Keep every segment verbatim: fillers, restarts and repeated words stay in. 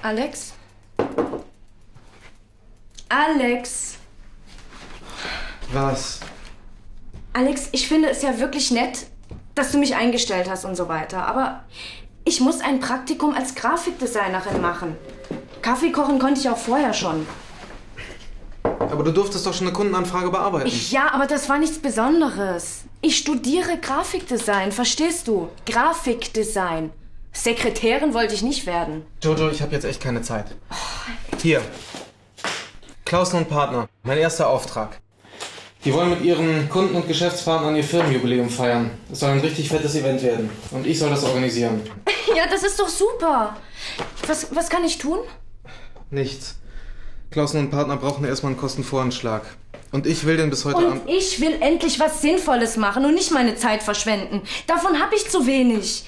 Alex? Alex? Was? Alex, ich finde es ja wirklich nett, dass du mich eingestellt hast und so weiter. Aber ich muss ein Praktikum als Grafikdesignerin machen. Kaffee kochen konnte ich auch vorher schon. Aber du durftest doch schon eine Kundenanfrage bearbeiten. Ich, ja, aber das war nichts Besonderes. Ich studiere Grafikdesign, verstehst du? Grafikdesign. Sekretärin wollte ich nicht werden. Jojo, ich habe jetzt echt keine Zeit. Hier. Klausen und Partner. Mein erster Auftrag. Die wollen mit ihren Kunden und Geschäftspartnern ihr Firmenjubiläum feiern. Es soll ein richtig fettes Event werden. Und ich soll das organisieren. Ja, das ist doch super. Was, was kann ich tun? Nichts. Klausen und Partner brauchen erstmal einen Kostenvoranschlag. Und ich will den bis heute Abend... Und ich will endlich was Sinnvolles machen und nicht meine Zeit verschwenden. Davon habe ich zu wenig.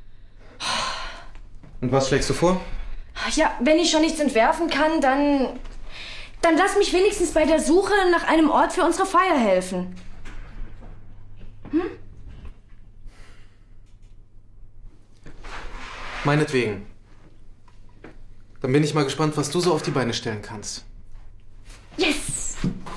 Und was schlägst du vor? Ja, wenn ich schon nichts entwerfen kann, dann... Dann lass mich wenigstens bei der Suche nach einem Ort für unsere Feier helfen. Hm? Meinetwegen. Dann bin ich mal gespannt, was du so auf die Beine stellen kannst. Yes!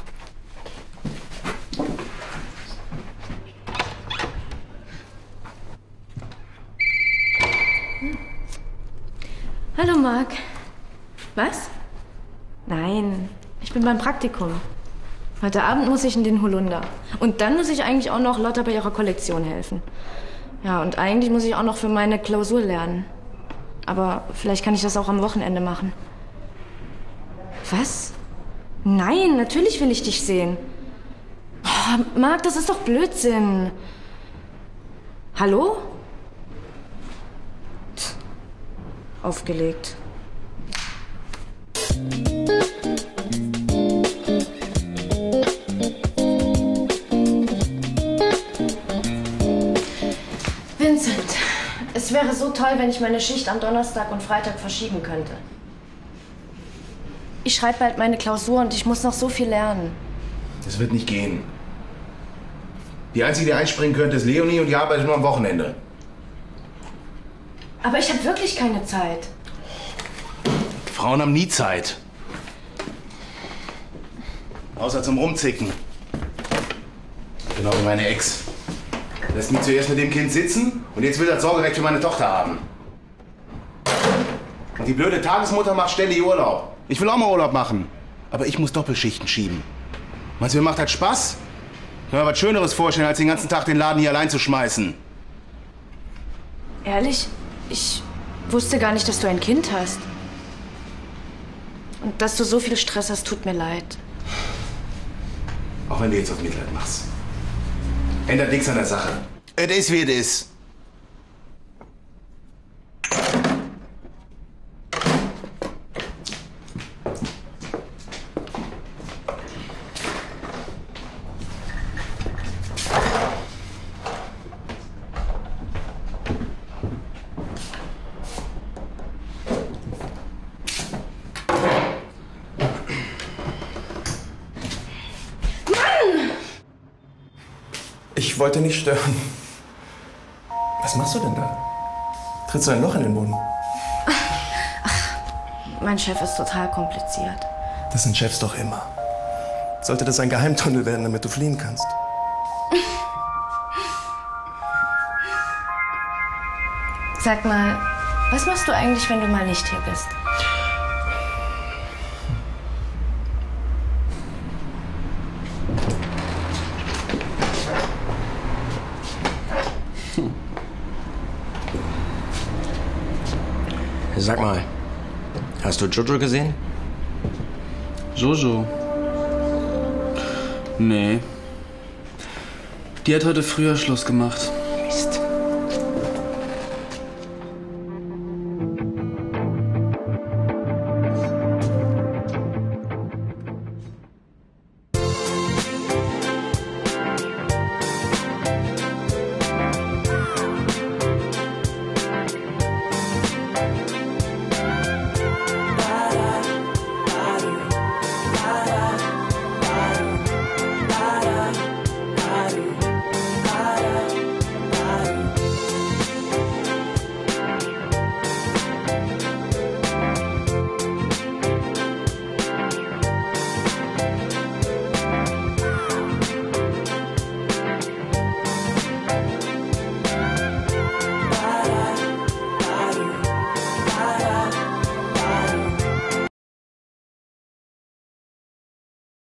Hm. Hallo, Marc. Was? Nein, ich bin beim Praktikum. Heute Abend muss ich in den Holunder. Und dann muss ich eigentlich auch noch Lotta bei ihrer Kollektion helfen. Ja, und eigentlich muss ich auch noch für meine Klausur lernen. Aber vielleicht kann ich das auch am Wochenende machen. Was? Nein, natürlich will ich dich sehen. Oh, Marc, das ist doch Blödsinn. Hallo? Pff, aufgelegt. Vincent, es wäre so toll, wenn ich meine Schicht am Donnerstag und Freitag verschieben könnte. Ich schreibe bald meine Klausur und ich muss noch so viel lernen. Das wird nicht gehen. Die Einzige, die einspringen könnte, ist Leonie und die arbeitet nur am Wochenende. Aber ich habe wirklich keine Zeit. Frauen haben nie Zeit. Außer zum Rumzicken. Genau wie meine Ex. Lässt mich zuerst mit dem Kind sitzen und jetzt will das Sorgerecht für meine Tochter haben. Und die blöde Tagesmutter macht ständig Urlaub. Ich will auch mal Urlaub machen. Aber ich muss Doppelschichten schieben. Meinst du, mir macht das Spaß? Ich kann mir was Schöneres vorstellen, als den ganzen Tag den Laden hier allein zu schmeißen. Ehrlich? Ich wusste gar nicht, dass du ein Kind hast. Und dass du so viel Stress hast, tut mir leid. Auch wenn du jetzt auf Mitleid machst. Ändert nichts an der Sache. Es ist, wie es ist. Ich wollte nicht stören. Was machst du denn da? Trittst du ein Loch in den Boden? Ach, mein Chef ist total kompliziert. Das sind Chefs doch immer. Sollte das ein Geheimtunnel werden, damit du fliehen kannst? Sag mal, was machst du eigentlich, wenn du mal nicht hier bist? Sag mal, hast du Jojo gesehen? Jojo? Nee. Die hat heute früher Schluss gemacht.